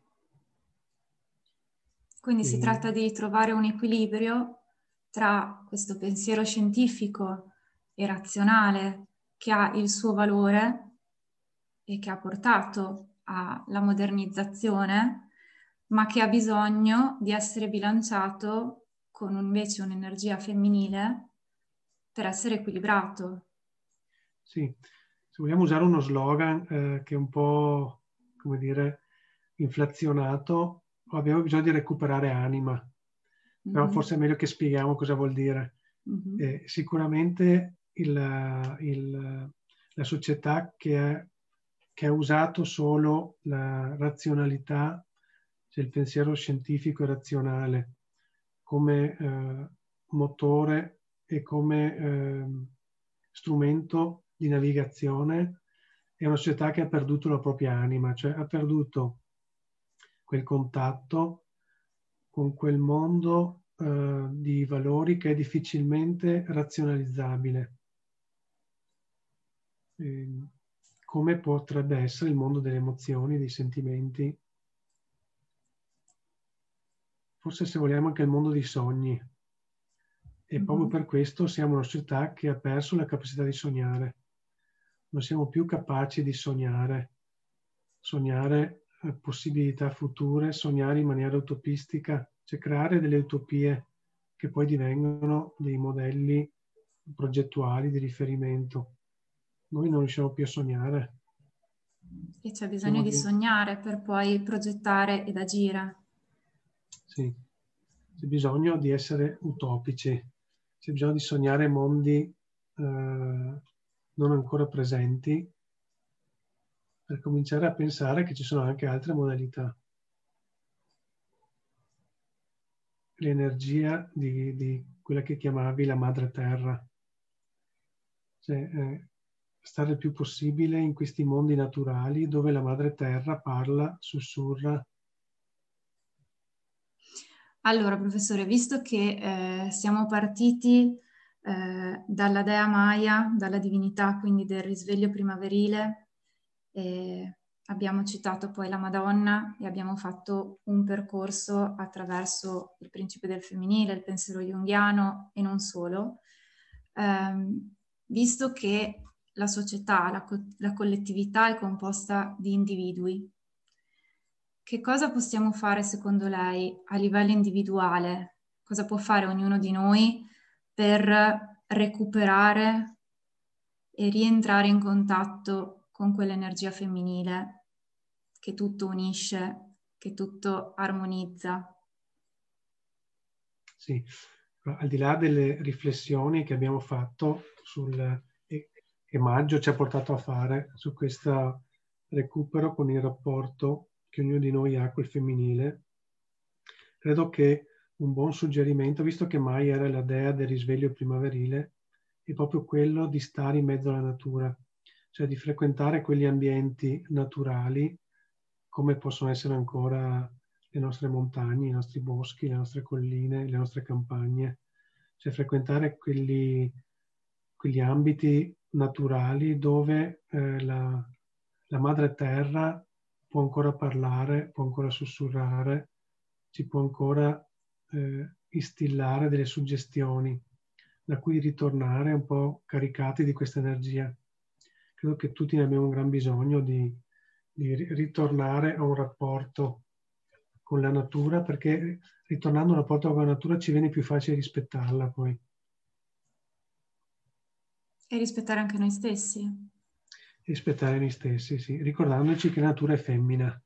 B: Quindi
C: e...
B: si tratta di trovare un equilibrio tra questo pensiero scientifico e razionale che ha il suo valore e che ha portato alla modernizzazione, ma che ha bisogno di essere bilanciato con invece un'energia femminile per essere equilibrato.
C: Sì, se vogliamo usare uno slogan eh, che è un po', come dire, inflazionato, abbiamo bisogno di recuperare anima, mm-hmm. Però forse è meglio che spieghiamo cosa vuol dire. Mm-hmm. Eh, sicuramente il, il, la società che, è, che ha usato solo la razionalità, cioè il pensiero scientifico e razionale, come eh, motore e come eh, strumento di navigazione, è una società che ha perduto la propria anima, cioè ha perduto quel contatto con quel mondo eh, di valori che è difficilmente razionalizzabile, eh, come potrebbe essere il mondo delle emozioni, dei sentimenti, forse se vogliamo anche il mondo dei sogni. E mm-hmm. proprio per questo siamo una società che ha perso la capacità di sognare. Non siamo più capaci di sognare, sognare eh, possibilità future, sognare in maniera utopistica, cioè creare delle utopie che poi divengono dei modelli progettuali di riferimento. Noi non riusciamo più a sognare.
B: E c'è bisogno di sognare per poi progettare ed agire.
C: Sì, c'è bisogno di essere utopici, c'è bisogno di sognare mondi eh, non ancora presenti, per cominciare a pensare che ci sono anche altre modalità. L'energia di, di quella che chiamavi la madre terra. Cioè, eh, stare il più possibile in questi mondi naturali dove la madre terra parla, sussurra.
B: Allora, professore, visto che eh, siamo partiti eh, dalla dea Maya, dalla divinità quindi del risveglio primaverile, e abbiamo citato poi la Madonna e abbiamo fatto un percorso attraverso il principio del femminile, il pensiero junghiano e non solo, ehm, visto che la società, la, co- la collettività è composta di individui, che cosa possiamo fare secondo lei a livello individuale? Cosa può fare ognuno di noi per recuperare e rientrare in contatto con quell'energia femminile che tutto unisce, che tutto armonizza?
C: Sì, al di là delle riflessioni che abbiamo fatto sul, che Maggio ci ha portato a fare su questo recupero con il rapporto che ognuno di noi ha col femminile, credo che un buon suggerimento, visto che Mai era la dea del risveglio primaverile, è proprio quello di stare in mezzo alla natura, cioè di frequentare quegli ambienti naturali come possono essere ancora le nostre montagne, i nostri boschi, le nostre colline, le nostre campagne, cioè frequentare quelli, quegli ambiti naturali dove eh, la, la madre terra può ancora parlare, può ancora sussurrare, ci può ancora eh, instillare delle suggestioni da cui ritornare un po' caricati di questa energia. Credo che tutti ne abbiamo un gran bisogno di, di ritornare a un rapporto con la natura, perché ritornando a un rapporto con la natura ci viene più facile rispettarla poi.
B: E rispettare anche noi stessi.
C: Rispettare noi stessi, sì, ricordandoci che la natura è femmina.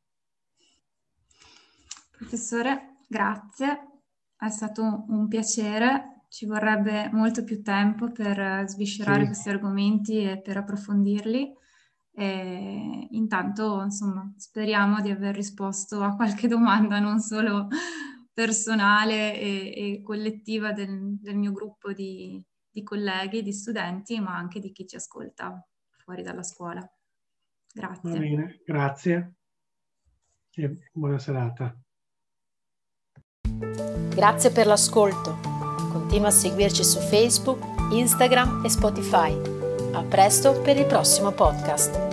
B: Professore, grazie, è stato un piacere, ci vorrebbe molto più tempo per sviscerare sì. questi argomenti e per approfondirli. E intanto, insomma, speriamo di aver risposto a qualche domanda non solo personale e, e collettiva del, del mio gruppo di, di colleghi, di studenti, ma anche di chi ci ascolta fuori dalla scuola. Grazie.
C: Va bene, grazie e buona serata.
A: Grazie per l'ascolto. Continua a seguirci su Facebook, Instagram e Spotify. A presto per il prossimo podcast.